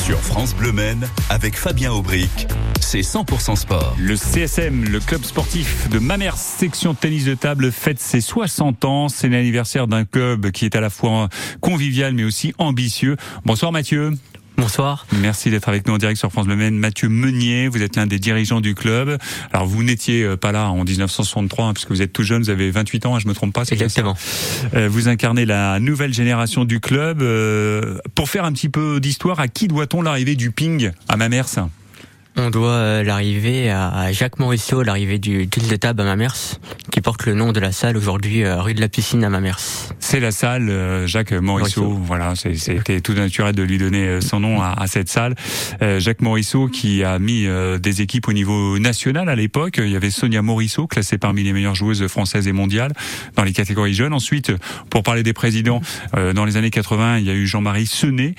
Sur France Bleu Maine, avec Fabien Aubric, c'est 100% sport. Le CSM, le club sportif de Mamers, section tennis de table, fête ses 60 ans. C'est l'anniversaire d'un club qui est à la fois convivial mais aussi ambitieux. Bonsoir Mathieu. Bonsoir. Merci d'être avec nous en direct sur France Bleu Maine. Mathieu Meunier, vous êtes l'un des dirigeants du club. Alors vous n'étiez pas là en 1963, puisque vous êtes tout jeune, vous avez 28 ans, je me trompe pas. C'est exactement. Vous incarnez la nouvelle génération du club. Pour faire un petit peu d'histoire, à qui doit-on l'arrivée du ping à Mamers ? On doit l'arrivée à Jacques Morisseau, l'arrivée du tennis de table à Mamers, qui porte le nom de la salle aujourd'hui, rue de la Piscine à Mamers. C'est la salle Jacques Morisseau. Voilà, c'était tout naturel de lui donner son nom à cette salle. Jacques Morisseau qui a mis des équipes au niveau national à l'époque. Il y avait Sonia Morisseau, classée parmi les meilleures joueuses françaises et mondiales dans les catégories jeunes. Ensuite, pour parler des présidents, dans les années 80, il y a eu Jean-Marie Senet,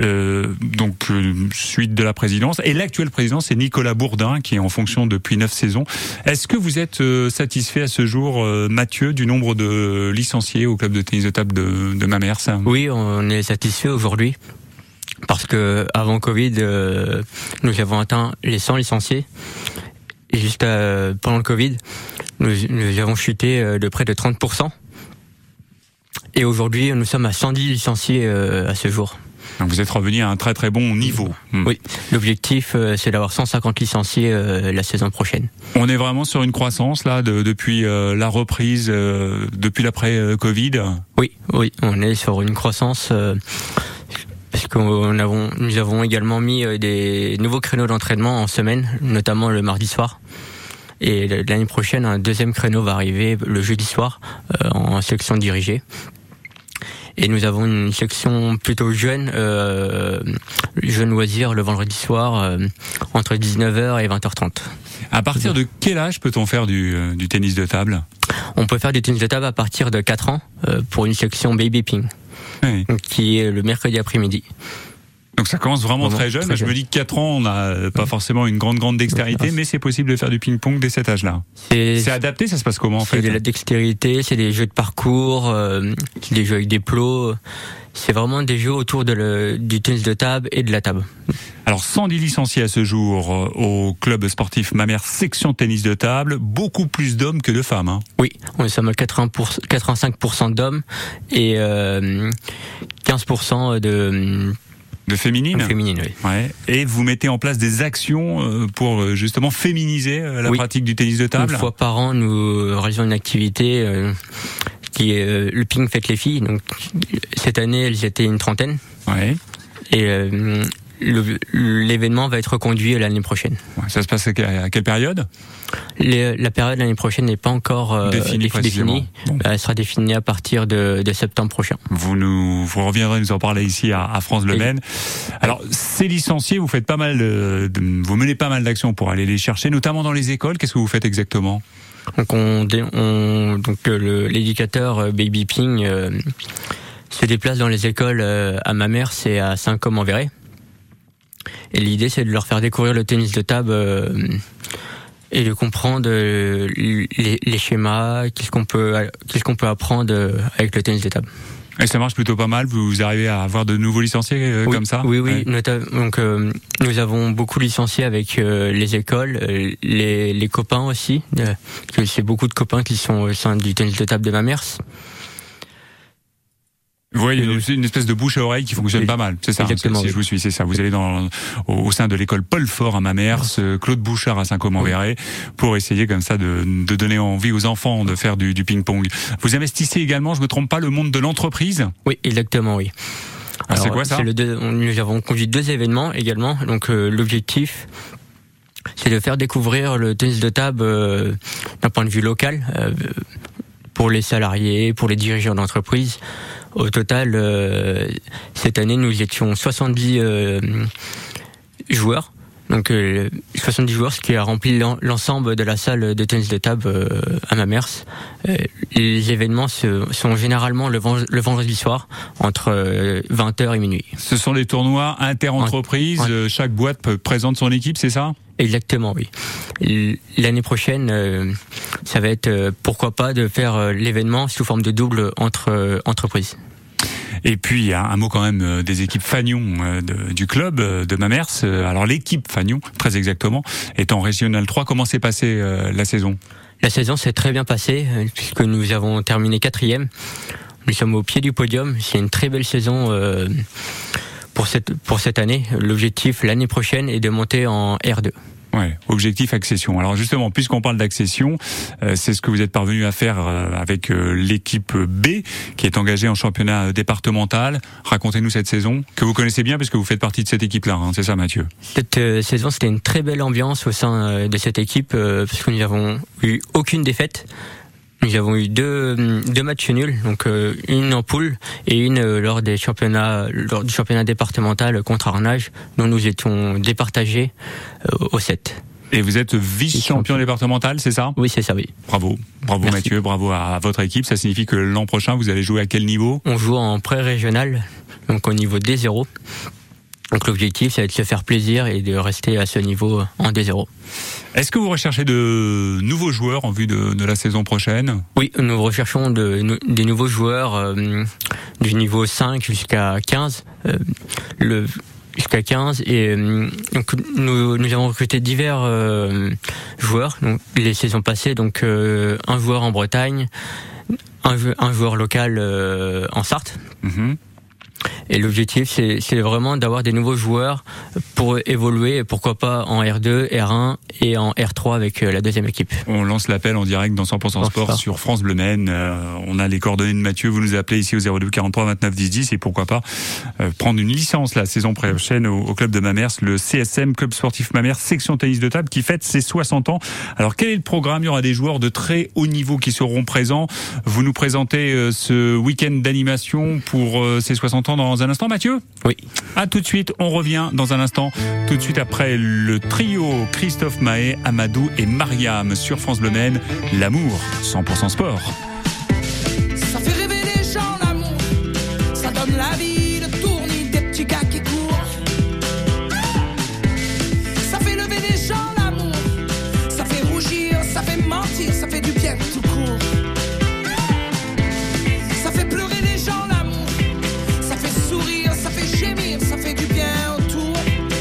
suite de la présidence. Et l'actuel président, c'est Nicolas Bourdin, qui est en fonction depuis 9 saisons. Est-ce que vous êtes satisfait à ce jour, Mathieu, du nombre de licenciés au club de tennis de table de Mamers ? Oui, on est satisfait aujourd'hui. Parce que avant Covid, nous avons atteint les 100 licenciés. Et juste pendant le Covid, nous avons chuté de près de 30%. Et aujourd'hui, nous sommes à 110 licenciés à ce jour. Donc vous êtes revenu à un très très bon niveau. Oui, l'objectif c'est d'avoir 150 licenciés la saison prochaine. On est vraiment sur une croissance là depuis la reprise, depuis l'après-Covid. Oui, on est sur une croissance parce que nous avons également mis des nouveaux créneaux d'entraînement en semaine, notamment le mardi soir. Et l'année prochaine, un deuxième créneau va arriver le jeudi soir en section dirigée. Et nous avons une section plutôt jeune loisir le vendredi soir entre 19h et 20h30. À partir de quel âge peut-on faire du tennis de table ? On peut faire du tennis de table à partir de 4 ans pour une section baby ping, oui. Qui est le mercredi après-midi. Donc ça commence vraiment très jeune. Je me dis que 4 ans, on n'a pas forcément une grande dextérité, mais c'est possible de faire du ping-pong dès cet âge-là. C'est adapté, ça se passe comment en fait ? C'est de la dextérité, c'est des jeux de parcours, c'est des jeux avec des plots. C'est vraiment des jeux autour du tennis de table et de la table. Alors 110 licenciés à ce jour au club sportif Mamers section tennis de table, beaucoup plus d'hommes que de femmes. Hein. Oui, on est à 85% d'hommes et 15% de féminine. Féminine, oui. Ouais. Et vous mettez en place des actions pour justement féminiser la pratique du tennis de table. Une fois par an, nous réalisons une activité qui est le ping fête les filles. Donc cette année, elles étaient une trentaine. Ouais. Et l'événement va être reconduit l'année prochaine. Ouais, ça se passe à quelle période ? La période l'année prochaine n'est pas encore définie. Bon. Elle sera définie à partir de septembre prochain. Vous reviendrez nous en parler ici à France Bleu Maine. Alors ces licenciés, vous faites pas mal, vous menez pas mal d'actions pour aller les chercher, notamment dans les écoles. Qu'est-ce que vous faites exactement ? Donc l'éducateur Baby Ping se déplace dans les écoles à Mamers et à Saint-Côme-en-Véret. Et l'idée, c'est de leur faire découvrir le tennis de table et de comprendre les schémas, qu'est-ce qu'on peut apprendre avec le tennis de table. Et ça marche plutôt pas mal. Vous arrivez à avoir de nouveaux licenciés comme ça ? Oui. Ouais. Donc nous avons beaucoup licenciés avec les écoles, les copains aussi. C'est beaucoup de copains qui sont au sein du tennis de table de Mamers. Oui, c'est une espèce de bouche à oreille qui fonctionne pas mal, c'est ça. Exactement. Si je vous suis, c'est ça. Vous allez au sein de l'école Paul Fort à Mamers, Claude Bouchard à Saint-Côme-en-Véret, pour essayer comme ça de donner envie aux enfants de faire du ping-pong. Vous investissez également, je me trompe pas, le monde de l'entreprise ? Oui, exactement, oui. Alors, c'est quoi ça ? Nous avons conduit 2 événements également. Donc l'objectif, c'est de faire découvrir le tennis de table d'un point de vue local, pour les salariés, pour les dirigeants d'entreprise. Au total, cette année, nous étions 70 joueurs. Donc 70 joueurs, ce qui a rempli l'ensemble de la salle de tennis de table à Mamers. Les événements sont généralement le vendredi soir, entre 20h et minuit. Ce sont des tournois inter-entreprises, chaque boîte présente son équipe, c'est ça ? Exactement, oui. L'année prochaine, ça va être, pourquoi pas, de faire l'événement sous forme de double entre entreprises. Et puis un mot quand même des équipes Fagnon du club de Mamers. Alors l'équipe Fagnon, très exactement, est en Régional 3. Comment s'est passée la saison ? La saison s'est très bien passée puisque nous avons terminé 4e. Nous sommes au pied du podium. C'est une très belle saison pour cette année. L'objectif l'année prochaine est de monter en R2. Ouais, objectif accession. Alors justement, puisqu'on parle d'accession, c'est ce que vous êtes parvenu à faire avec l'équipe B qui est engagée en championnat départemental. Racontez-nous cette saison que vous connaissez bien parce que vous faites partie de cette équipe-là, hein, c'est ça Mathieu ? Cette saison, c'était une très belle ambiance au sein de cette équipe parce que nous n'avons eu aucune défaite. Nous avons eu deux matchs nuls, donc une en poule et une lors du championnat départemental contre Arnage, dont nous étions départagés au 7. Et vous êtes vice-champion départemental, c'est ça ? Oui, c'est ça, oui. Bravo Merci. Mathieu, bravo à votre équipe. Ça signifie que l'an prochain, vous allez jouer à quel niveau ? On joue en pré-régional, donc au niveau D0. Donc l'objectif, c'est de se faire plaisir et de rester à ce niveau en D0. Est-ce que vous recherchez de nouveaux joueurs en vue de la saison prochaine ? Oui, nous recherchons des nouveaux joueurs du niveau 5 jusqu'à 15. Jusqu'à 15 et donc nous avons recruté divers joueurs donc les saisons passées, donc un joueur en Bretagne, un joueur local en Sarthe. Mm-hmm. Et l'objectif, c'est vraiment d'avoir des nouveaux joueurs pour évoluer, et pourquoi pas en R2, R1 et en R3 avec la deuxième équipe. On lance l'appel en direct dans 100% Sport sur France Bleu Maine. On a les coordonnées de Mathieu, vous nous appelez ici au 02 43 29 10 10 et pourquoi pas prendre une licence la saison prochaine au club de Mamers, le CSM, Club Sportif Mamers, section tennis de table qui fête ses 60 ans. Alors quel est le programme ? Il y aura des joueurs de très haut niveau qui seront présents. Vous nous présentez ce week-end d'animation pour ces 60 ans dans un instant, Mathieu ? Oui. À tout de suite, on revient dans un instant, tout de suite après le trio Christophe Mahé, Amadou et Mariam sur France Bleu Maine. L'amour, 100% sport. Ça fait rêver les gens, l'amour. Ça donne la vie, le tournis des petits gars qui courent. Ça fait lever les gens, l'amour. Ça fait rougir, ça fait mentir, ça fait du bien tout court. Ça fait pleurer les gens, l'amour. Ça fait sourire, ça fait gémir, ça fait du bien autour.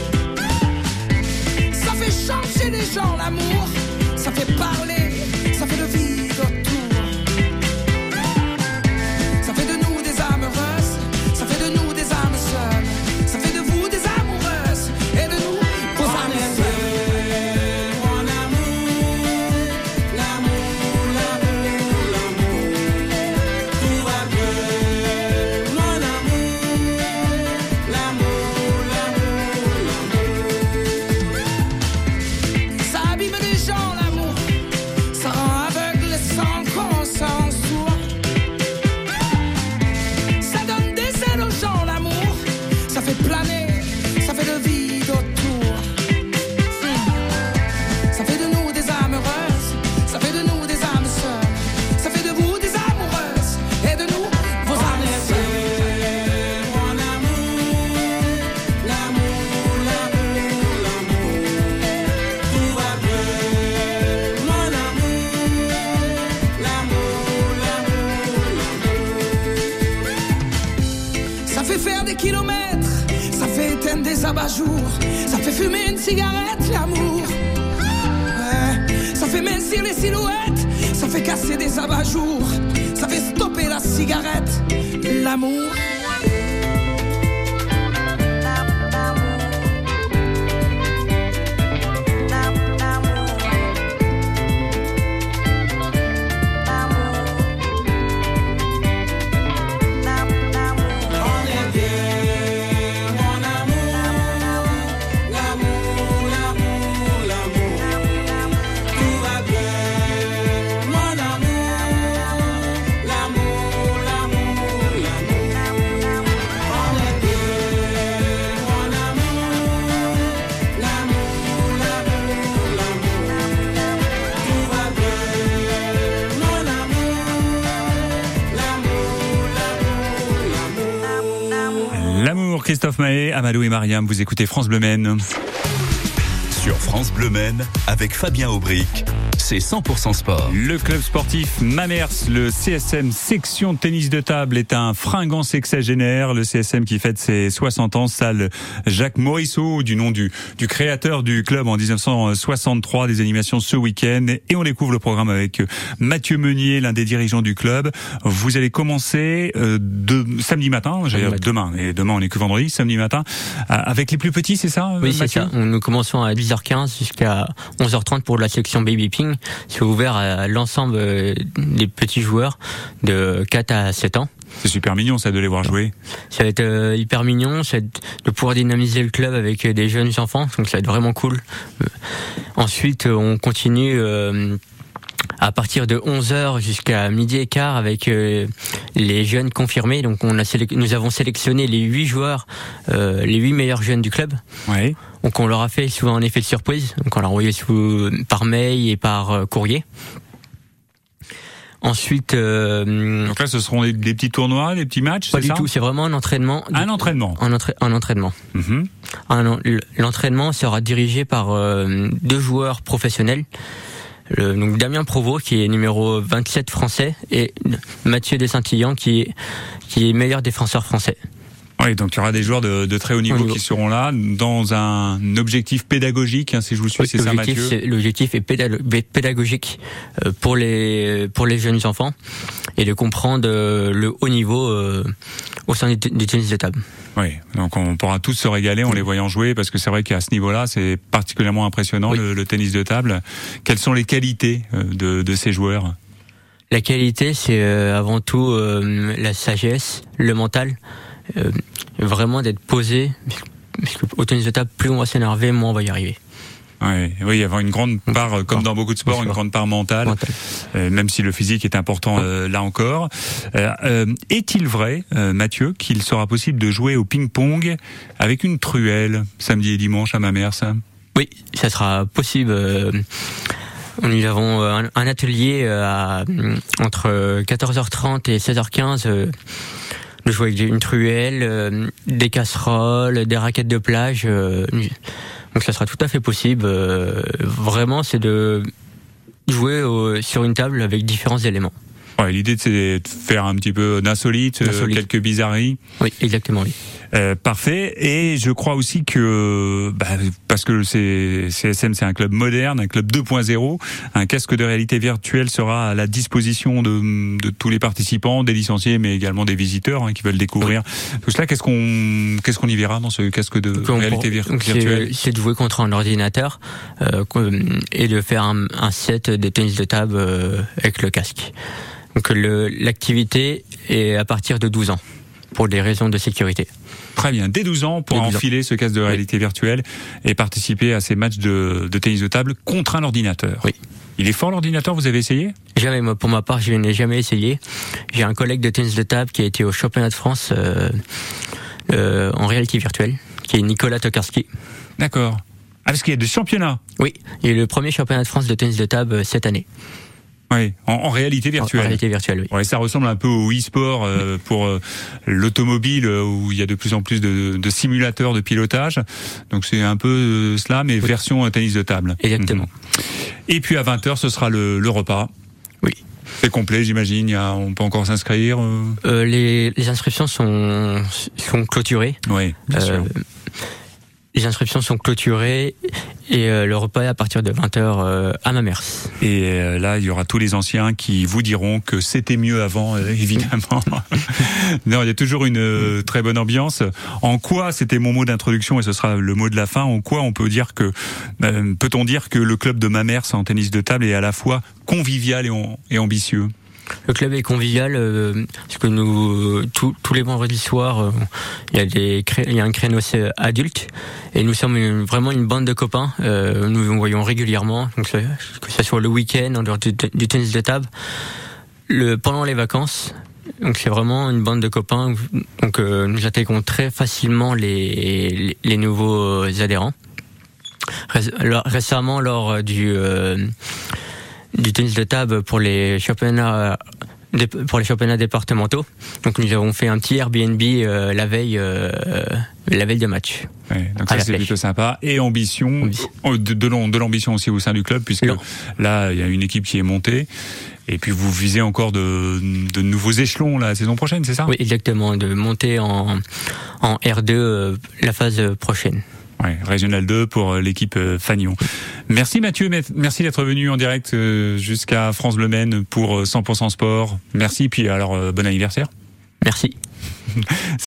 Ça fait changer les gens, l'amour. Ça fait parler, ça fait le vide autour. Ça fait de nous des âmes heureuses, ça fait de nous des âmes seules. Ça fait de vous des amoureuses et de nous vos âmes seules. Mon amour, l'amour, l'amour, l'amour. Tout va bien, mon amour, l'amour, l'amour, l'amour. Ça abîme les gens, l'amour. Ça rend aveugle sans conscience sourd. Ça donne des ailes aux gens, l'amour. Ça fait planer, ça fait le vide autour. Ça fait de nous des âmes heureuses, ça fait de nous des âmes seules. Ça fait de vous des amoureuses et de nous vos âmes seules. Mon amour, l'amour, l'amour, l'amour. Tout va bien, mon amour, l'amour, l'amour, l'amour. Ça fait faire des kilomètres, ça fait éteindre des abat-jours, ça fait fumer une cigarette, l'amour. Ouais. Ça fait mincir les silhouettes, ça fait casser des abat-jours, ça fait stopper la cigarette, l'amour. L'amour, Christophe Mahé, Amadou et Mariam, vous écoutez France Bleu Maine. Sur France Bleu Maine, avec Fabien Aubric, c'est 100% sport. Le club sportif Mamers, le CSM section tennis de table, est un fringant sexagénaire. Le CSM qui fête ses 60 ans, salle Jacques Morisseau, du nom du créateur du club en 1963, des animations ce week-end. Et on découvre le programme avec Mathieu Meunier, l'un des dirigeants du club. Vous allez commencer samedi matin, demain, et demain on est que vendredi, samedi matin, avec les plus petits, c'est ça? Oui, c'est ça. Nous commençons à 10h15 jusqu'à 11h30 pour la section Baby Ping. C'est ouvert à l'ensemble des petits joueurs de 4 à 7 ans. C'est super mignon ça de les voir jouer. Ça va être hyper mignon, ça va être de pouvoir dynamiser le club avec des jeunes enfants, donc ça va être vraiment cool. Ensuite, on continue à partir de 11h jusqu'à midi et quart avec les jeunes confirmés. Donc nous avons sélectionné les 8 joueurs, les 8 meilleurs jeunes du club. Ouais. Donc on leur a fait souvent un effet de surprise. Donc on l'a envoyé par mail et par courrier. Ensuite, donc là, ce seront des petits tournois, des petits matchs. Pas du tout. C'est vraiment un entraînement. Un entraînement. Un entraînement. Mm-hmm. L'entraînement sera dirigé par 2 joueurs professionnels. Donc Damien Provost qui est numéro 27 français et Mathieu Dessaintillan qui est meilleur défenseur français. Oui, donc il y aura des joueurs de très haut niveau qui seront là dans un objectif pédagogique, si je vous suis, c'est ça Mathieu? L'objectif est pédagogique pour les jeunes enfants et de comprendre le haut niveau au sein du tennis de table. Oui, donc on pourra tous se régaler en les voyant jouer parce que c'est vrai qu'à ce niveau-là, c'est particulièrement impressionnant le tennis de table. Quelles sont les qualités de ces joueurs? La qualité, c'est avant tout la sagesse, le mental. Vraiment d'être posé, parce qu'au tennis de table, plus on va s'énerver, moins on va y arriver. Oui, il y avoir une grande part, comme dans beaucoup de sports, une grande part mentale. Même si le physique est important là encore. Est-il vrai, Mathieu, qu'il sera possible de jouer au ping-pong avec une truelle samedi et dimanche à Mamers? Oui, ça sera possible. Nous avons un atelier entre 14h30 et 16h15 de jouer avec une truelle, des casseroles, des raquettes de plage. Donc ça sera tout à fait possible. Vraiment, c'est de jouer sur une table avec différents éléments. Ouais, l'idée c'est de faire un petit peu d'insolite, quelques bizarreries. Oui, exactement, oui. Parfait. Et je crois aussi que, parce que le CSM c'est un club moderne, un club 2.0, un casque de réalité virtuelle sera à la disposition de tous les participants, des licenciés, mais également des visiteurs qui veulent découvrir tout cela. Qu'est-ce qu'on y verra dans ce casque de réalité virtuelle? C'est de jouer contre un ordinateur et de faire un set de tennis de table avec le casque. Donc l'activité est à partir de 12 ans, pour des raisons de sécurité. Très bien, dès 12 ans pour enfiler ce casque de réalité virtuelle et participer à ces matchs de tennis de table contre un ordinateur. Oui. Il est fort l'ordinateur, vous avez essayé? Jamais, moi pour ma part je n'ai jamais essayé. J'ai un collègue de tennis de table qui a été au championnat de France en réalité virtuelle, qui est Nicolas Tokarski. D'accord. Ah, parce qu'il y a des championnats? Oui, il est le premier championnat de France de tennis de table cette année. Oui, en réalité virtuelle. En réalité virtuelle, oui. Ouais, ça ressemble un peu au e-sport pour l'automobile où il y a de plus en plus de simulateurs de pilotage. Donc c'est un peu cela, mais version tennis de table. Exactement. Et puis à 20h, ce sera le repas. Oui. C'est complet, j'imagine. On peut encore s'inscrire. Les inscriptions sont clôturées. Oui, bien sûr. Les inscriptions sont clôturées et le repas est à partir de 20h à Mamers. Et là, il y aura tous les anciens qui vous diront que c'était mieux avant, évidemment. Non, il y a toujours une très bonne ambiance. En quoi, c'était mon mot d'introduction et ce sera le mot de la fin, en quoi on peut dire peut-on dire que le club de Mamers en tennis de table est à la fois convivial et ambitieux? Le club est convivial parce que nous tous les vendredis soirs il y a un créneau adulte et nous sommes vraiment une bande de copains. Nous nous voyons régulièrement, donc que ça soit le week-end en dehors du tennis de table, pendant les vacances. Donc c'est vraiment une bande de copains. Donc nous intégrons très facilement les nouveaux adhérents. Récemment lors du tennis de table pour les championnats pour les championnats départementaux. Donc nous avons fait un petit Airbnb la veille de match. Ouais, donc ça c'est plutôt sympa. Et ambition, de l'ambition aussi au sein du club, puisque là il y a une équipe qui est montée. Et puis vous visez encore de nouveaux échelons la saison prochaine, c'est ça ? Oui, exactement, de monter en R2 la phase prochaine. Ouais, Régional 2 pour l'équipe Fagnon. Merci Mathieu, merci d'être venu en direct jusqu'à France Bleu Maine pour 100% Sport. Merci, puis alors bon anniversaire. Merci.